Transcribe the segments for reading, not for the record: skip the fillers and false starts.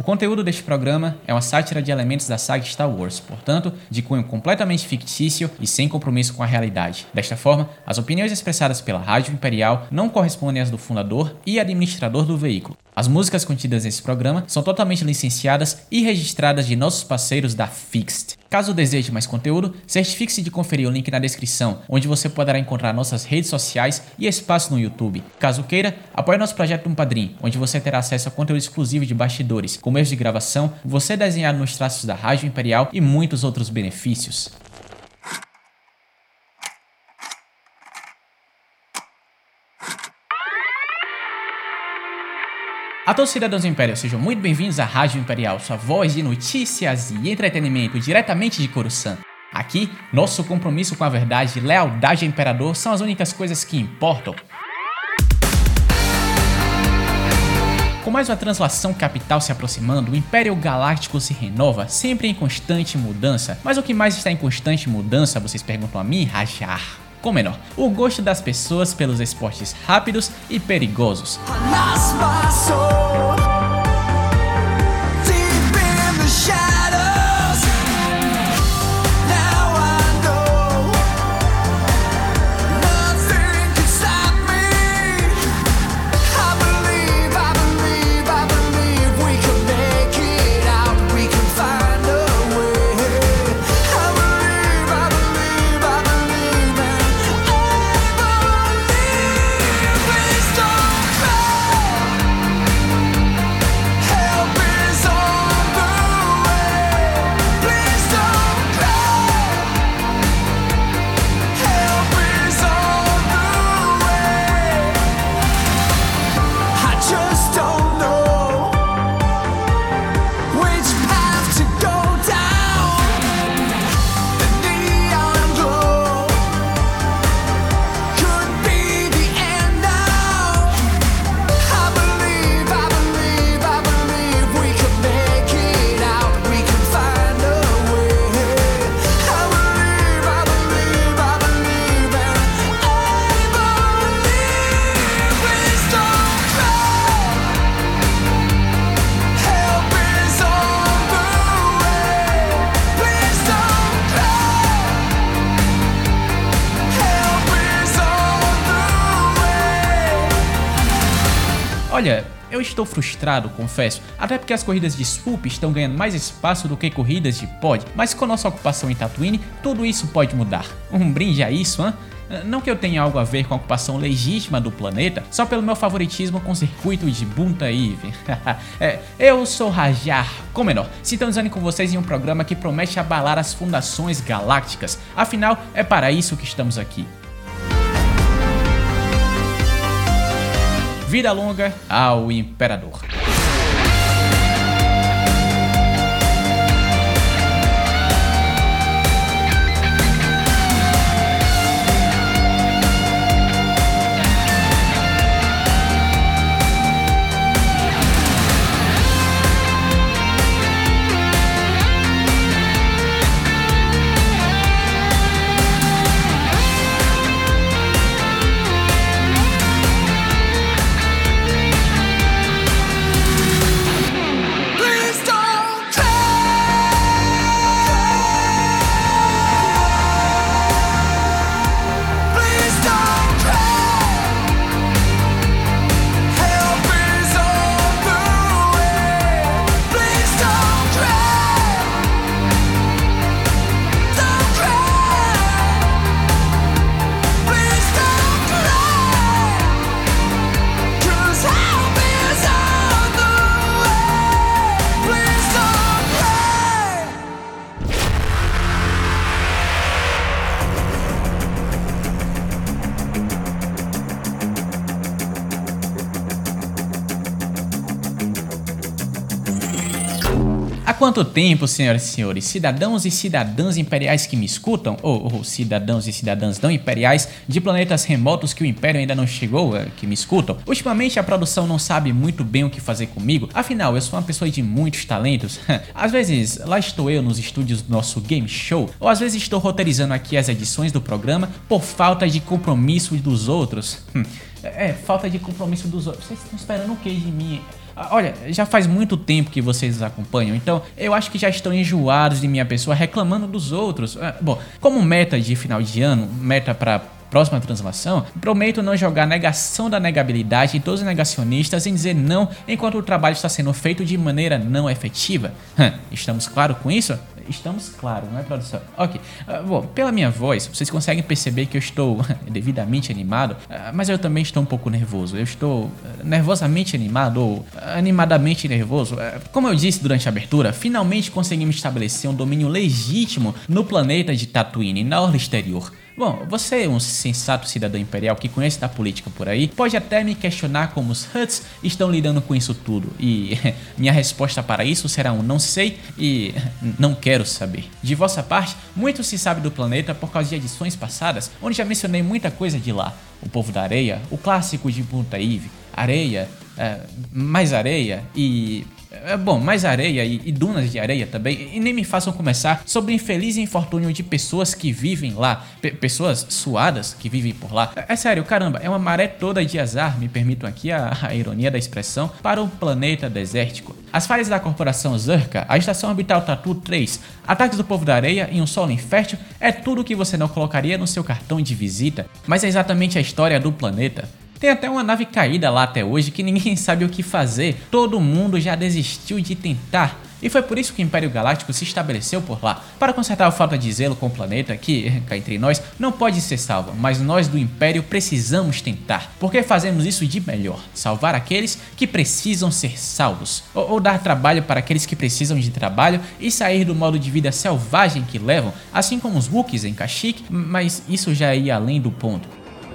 O conteúdo deste programa é uma sátira de elementos da saga Star Wars, portanto, de cunho completamente fictício e sem compromisso com a realidade. Desta forma, as opiniões expressadas pela Rádio Imperial não correspondem às do fundador e administrador do veículo. As músicas contidas nesse programa são totalmente licenciadas e registradas de nossos parceiros da Fixed. Caso deseje mais conteúdo, certifique-se de conferir o link na descrição, onde você poderá encontrar nossas redes sociais e espaço no YouTube. Caso queira, apoie nosso projeto no Padrim, onde você terá acesso a conteúdo exclusivo de bastidores, como erros de gravação, você desenhado nos traços da Rádio Imperial e muitos outros benefícios. A todos os cidadãos do Império, sejam muito bem-vindos à Rádio Imperial, sua voz de notícias e entretenimento diretamente de Coruscant. Aqui, nosso compromisso com a verdade e lealdade ao Imperador são as únicas coisas que importam. Com mais uma translação capital se aproximando, o Império Galáctico se renova, sempre em constante mudança. Mas o que mais está em constante mudança, vocês perguntam a mim, Rajar? Com menor, o gosto das pessoas pelos esportes rápidos e perigosos. Olha, eu estou frustrado, confesso, até porque as corridas de swoop estão ganhando mais espaço do que corridas de pod, mas com nossa ocupação em Tatooine, tudo isso pode mudar. Um brinde a isso, hein? Não que eu tenha algo a ver com a ocupação legítima do planeta, só pelo meu favoritismo com o circuito de Bunta Eve. Eu sou Rajar Comenor, sintonizando com vocês em um programa que promete abalar as fundações galácticas, afinal é para isso que estamos aqui. Vida longa ao Imperador. Há quanto tempo, senhoras e senhores, cidadãos e cidadãs imperiais que me escutam, ou cidadãos e cidadãs não imperiais de planetas remotos que o Império ainda não chegou, que me escutam, ultimamente a produção não sabe muito bem o que fazer comigo, afinal eu sou uma pessoa de muitos talentos. Às vezes lá estou eu nos estúdios do nosso game show, ou às vezes estou roteirizando aqui as edições do programa por falta de compromisso dos outros. Falta de compromisso dos outros. Vocês estão esperando o que de mim? Olha, já faz muito tempo que vocês nos acompanham, então eu acho que já estão enjoados de minha pessoa reclamando dos outros. Bom, como meta de final de ano, meta pra próxima translação, prometo não jogar negação da negabilidade em todos os negacionistas em dizer não enquanto o trabalho está sendo feito de maneira não efetiva. Estamos claros com isso? Estamos claros, não é, produção? Ok. Bom, pela minha voz, vocês conseguem perceber que eu estou devidamente animado, mas eu também estou um pouco nervoso. Eu estou nervosamente animado ou animadamente nervoso. Como eu disse durante a abertura, finalmente conseguimos estabelecer um domínio legítimo no planeta de Tatooine, na orla exterior. Bom, você, um sensato cidadão imperial que conhece da política por aí, pode até me questionar como os Hutts estão lidando com isso tudo, e minha resposta para isso será um não sei e não quero saber. De vossa parte, muito se sabe do planeta por causa de edições passadas, onde já mencionei muita coisa de lá. O povo da areia, o clássico de Bunta Eve, areia, mais areia e... mais areia e dunas de areia também, e nem me façam começar sobre o infeliz infortúnio de pessoas que vivem lá, pessoas suadas que vivem por lá. É sério, caramba, é uma maré toda de azar, me permitam aqui a ironia da expressão, para um planeta desértico. As falhas da corporação Zerka, a estação orbital Tatu 3, ataques do povo da areia em um solo infértil, é tudo que você não colocaria no seu cartão de visita, mas é exatamente a história do planeta. Tem até uma nave caída lá até hoje que ninguém sabe o que fazer, todo mundo já desistiu de tentar. E foi por isso que o Império Galáctico se estabeleceu por lá, para consertar a falta de zelo com o planeta que, cá entre nós, não pode ser salvo, mas nós do Império precisamos tentar, porque fazemos isso de melhor, salvar aqueles que precisam ser salvos, ou dar trabalho para aqueles que precisam de trabalho e sair do modo de vida selvagem que levam, assim como os Wookiees em Kashyyyk, mas isso já ia além do ponto.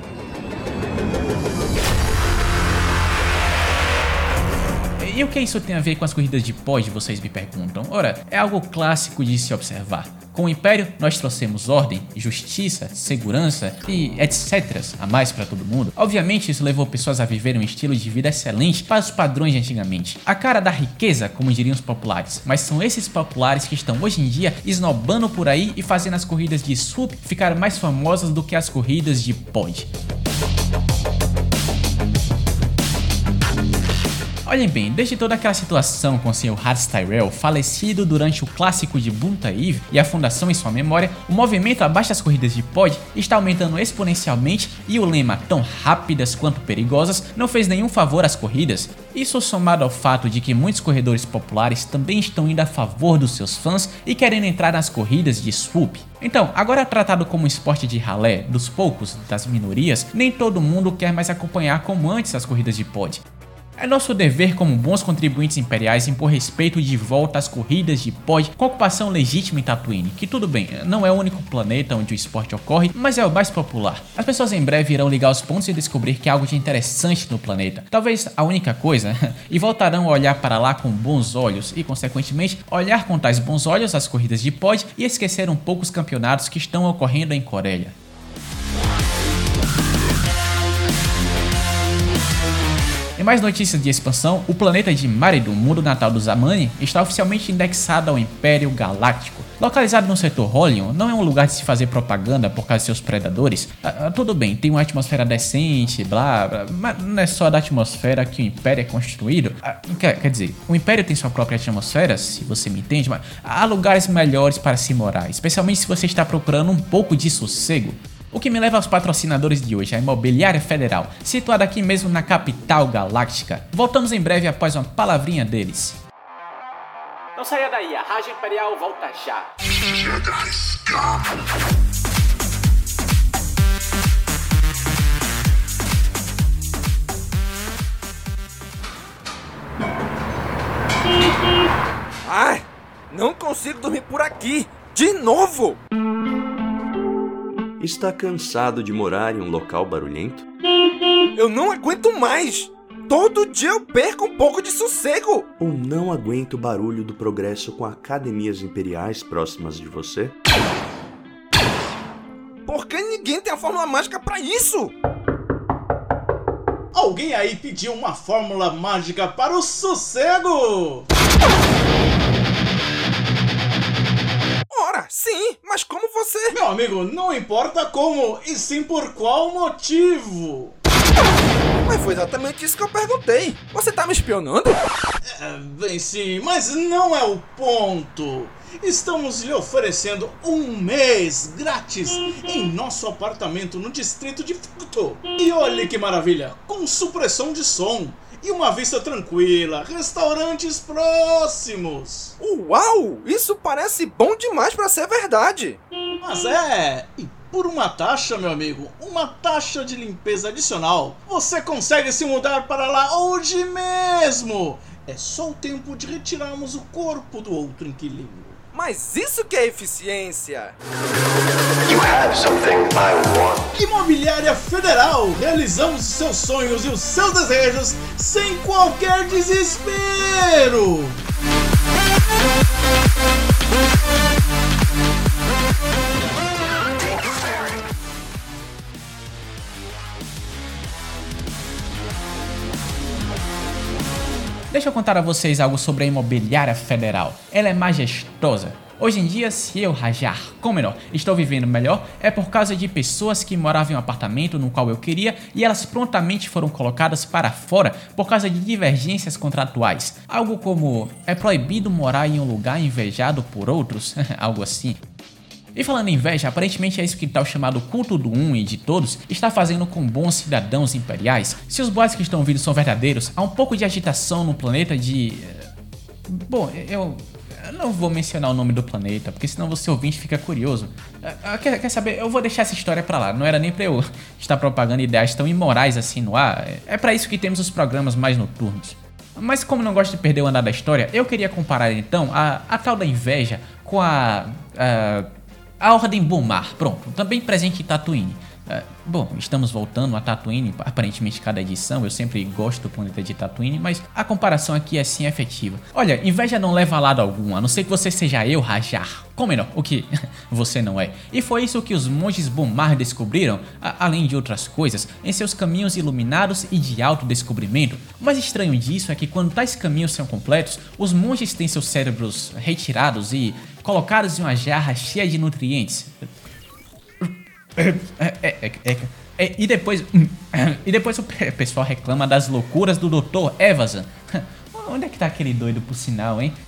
E o que isso tem a ver com as corridas de pod, vocês me perguntam? Ora, é algo clássico de se observar. Com o Império, nós trouxemos ordem, justiça, segurança e etc. a mais para todo mundo. Obviamente, isso levou pessoas a viverem um estilo de vida excelente para os padrões de antigamente. A cara da riqueza, como diriam os populares. Mas são esses populares que estão hoje em dia esnobando por aí e fazendo as corridas de swoop ficarem mais famosas do que as corridas de pod. Olhem bem, desde toda aquela situação com o Sr. Haz Tyrell, falecido durante o clássico de Bunta Eve e a fundação em sua memória, o movimento abaixo das corridas de pod está aumentando exponencialmente e o lema tão rápidas quanto perigosas não fez nenhum favor às corridas. Isso somado ao fato de que muitos corredores populares também estão indo a favor dos seus fãs e querendo entrar nas corridas de swoop. Então, agora tratado como um esporte de ralé dos poucos, das minorias, nem todo mundo quer mais acompanhar como antes as corridas de pod. É nosso dever como bons contribuintes imperiais impor respeito de volta às corridas de pod com ocupação legítima em Tatooine, que tudo bem, não é o único planeta onde o esporte ocorre, mas é o mais popular. As pessoas em breve irão ligar os pontos e descobrir que há algo de interessante no planeta, talvez a única coisa, e voltarão a olhar para lá com bons olhos e, consequentemente, olhar com tais bons olhos as corridas de pod e esquecer um pouco os campeonatos que estão ocorrendo em Corellia. Em mais notícias de expansão, o planeta de Maridun, mundo natal do Zamani, está oficialmente indexado ao Império Galáctico. Localizado no setor Holion, não é um lugar de se fazer propaganda por causa de seus predadores. Tudo bem, tem uma atmosfera decente, blá, blá, mas não é só da atmosfera que o Império é construído. Quer dizer, o Império tem sua própria atmosfera, se você me entende, mas há lugares melhores para se morar, especialmente se você está procurando um pouco de sossego. O que me leva aos patrocinadores de hoje, a Imobiliária Federal, situada aqui mesmo na capital galáctica. Voltamos em breve após uma palavrinha deles. Não saia daí, a Rádio Imperial volta já. Ai, não consigo dormir por aqui, de novo! Está cansado de morar em um local barulhento? Eu não aguento mais! Todo dia eu perco um pouco de sossego! Ou não aguenta o barulho do progresso com academias imperiais próximas de você? Por que ninguém tem a fórmula mágica pra isso? Alguém aí pediu uma fórmula mágica para o sossego? Ora, sim, mas como você... Meu amigo, não importa como, e sim por qual motivo. Mas foi exatamente isso que eu perguntei. Você tá me espionando? Bem sim, mas não é o ponto. Estamos lhe oferecendo um mês grátis em nosso apartamento no distrito de Fukuto. E olhe que maravilha, com supressão de som e uma vista tranquila, restaurantes próximos. Uau, isso parece bom demais pra ser verdade. Mas e por uma taxa, meu amigo, uma taxa de limpeza adicional, você consegue se mudar para lá hoje mesmo. É só o tempo de retirarmos o corpo do outro inquilino. Mas isso que é eficiência! You have something I want. Imobiliária Federal, realizamos os seus sonhos e os seus desejos sem qualquer desespero! Deixa eu contar a vocês algo sobre a Imobiliária Federal. Ela é majestosa. Hoje em dia, se eu, Rajar Comenor, estou vivendo melhor, é por causa de pessoas que moravam em um apartamento no qual eu queria e elas prontamente foram colocadas para fora por causa de divergências contratuais. Algo como, é proibido morar em um lugar invejado por outros, algo assim. E falando em inveja, aparentemente é isso que tal chamado culto do um e de todos está fazendo com bons cidadãos imperiais. Se os boatos que estão vindo são verdadeiros, há um pouco de agitação no planeta de... Bom, eu não vou mencionar o nome do planeta, porque senão você ouvinte fica curioso. Quer saber? Eu vou deixar essa história pra lá, não era nem pra eu estar propagando ideias tão imorais assim no ar. É pra isso que temos os programas mais noturnos. Mas como não gosto de perder o andar da história, eu queria comparar então a tal da inveja com a Ordem Bulmar, pronto, também presente em Tatooine. Bom, estamos voltando a Tatooine, aparentemente cada edição, eu sempre gosto do planeta de Tatooine, mas a comparação aqui é sim efetiva. Olha, inveja não leva a lado algum, a não ser que você seja eu, Rajar Comenor, o que você não é. E foi isso que os monges Bulmar descobriram, além de outras coisas, em seus caminhos iluminados e de autodescobrimento. O mais estranho disso é que quando tais caminhos são completos, os monges têm seus cérebros retirados e colocados em uma jarra cheia de nutrientes. E depois o pessoal reclama das loucuras do Dr. Evazan. Onde é que tá aquele doido por sinal, hein?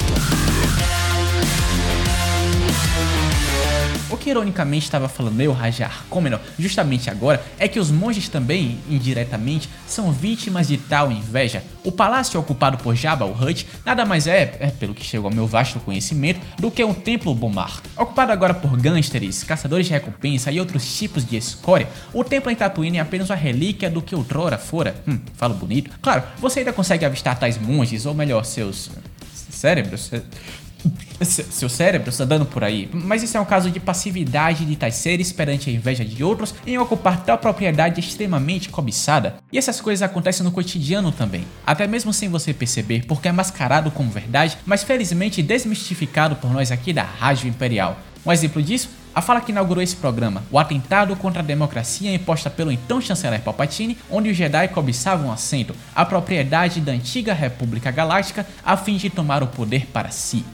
O que ironicamente estava falando eu, Rajar Comenor, justamente agora, é que os monges também, indiretamente, são vítimas de tal inveja. O palácio ocupado por Jabba o Hutt nada mais é, pelo que chegou ao meu vasto conhecimento, do que um templo Bulmar. Ocupado agora por gangsters, caçadores de recompensa e outros tipos de escória, o templo em Tatooine é apenas uma relíquia do que outrora fora. Falo bonito. Claro, você ainda consegue avistar tais monges, ou melhor, seus cérebros... Seu cérebro está dando por aí, mas isso é um caso de passividade de tais seres perante a inveja de outros em ocupar tal propriedade extremamente cobiçada. E essas coisas acontecem no cotidiano também, até mesmo sem você perceber, porque é mascarado como verdade, mas felizmente desmistificado por nós aqui da Rádio Imperial. Um exemplo disso, a fala que inaugurou esse programa, o atentado contra a democracia imposta pelo então chanceler Palpatine, onde os Jedi cobiçavam assento, a propriedade da antiga República Galáctica, a fim de tomar o poder para si.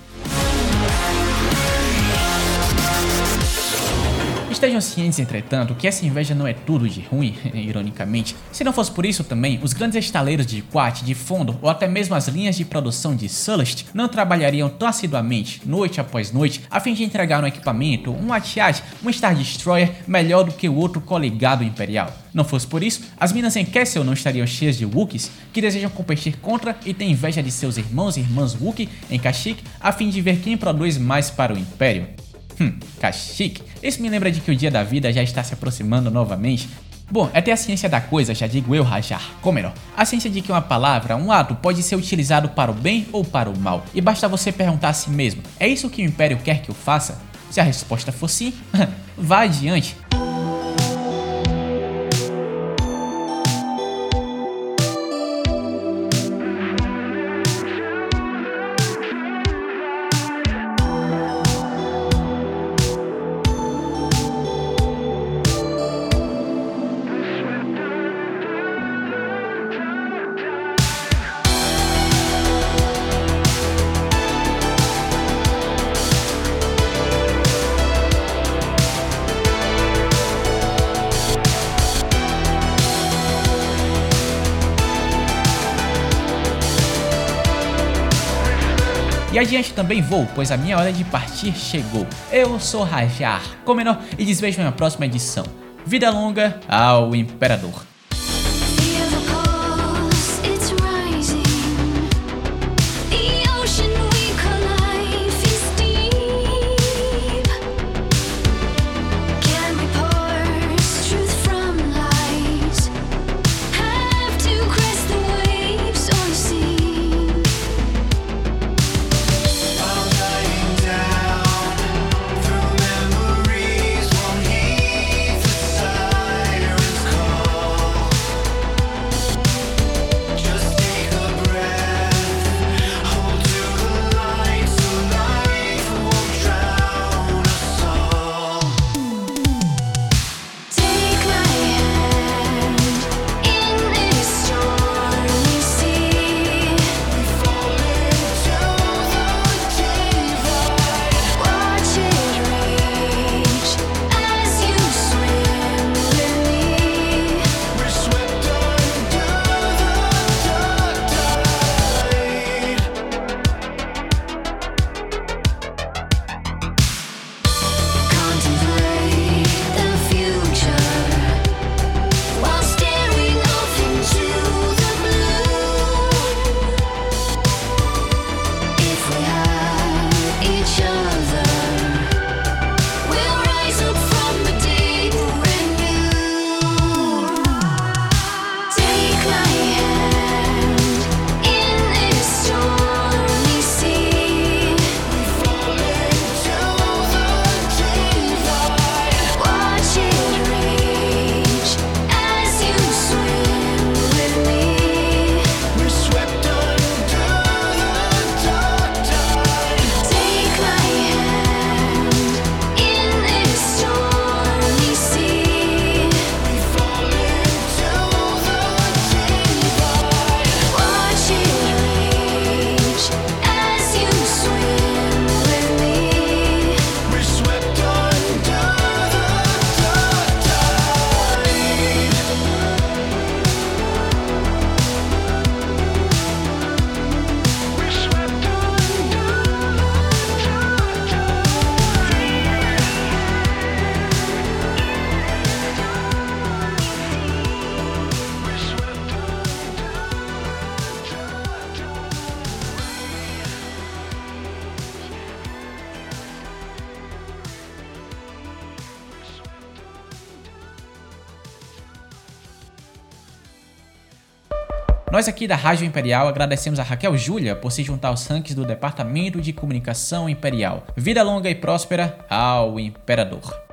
Estejam cientes, entretanto, que essa inveja não é tudo de ruim, ironicamente. Se não fosse por isso também, os grandes estaleiros de Quat, de Fondor ou até mesmo as linhas de produção de Sullust não trabalhariam tão assiduamente, noite após noite, a fim de entregar um equipamento, um AT-AT, um Star Destroyer melhor do que o outro coligado imperial. Não fosse por isso, as minas em Kessel não estariam cheias de Wookiees que desejam competir contra e têm inveja de seus irmãos e irmãs Wookiee em Kashyyyk a fim de ver quem produz mais para o Império. Kashyyyk. Isso me lembra de que o dia da vida já está se aproximando novamente. Bom, até a ciência da coisa, já digo eu, Rajar Comenor. A ciência de que uma palavra, um ato, pode ser utilizado para o bem ou para o mal. E basta você perguntar a si mesmo, é isso que o Império quer que eu faça? Se a resposta for sim, vá adiante. E adiante também vou, pois a minha hora de partir chegou. Eu sou Rajar Comenor e desvejo na próxima edição. Vida longa ao Imperador. Nós aqui da Rádio Imperial agradecemos a Raquel Júlia por se juntar aos rankings do Departamento de Comunicação Imperial. Vida longa e próspera ao Imperador.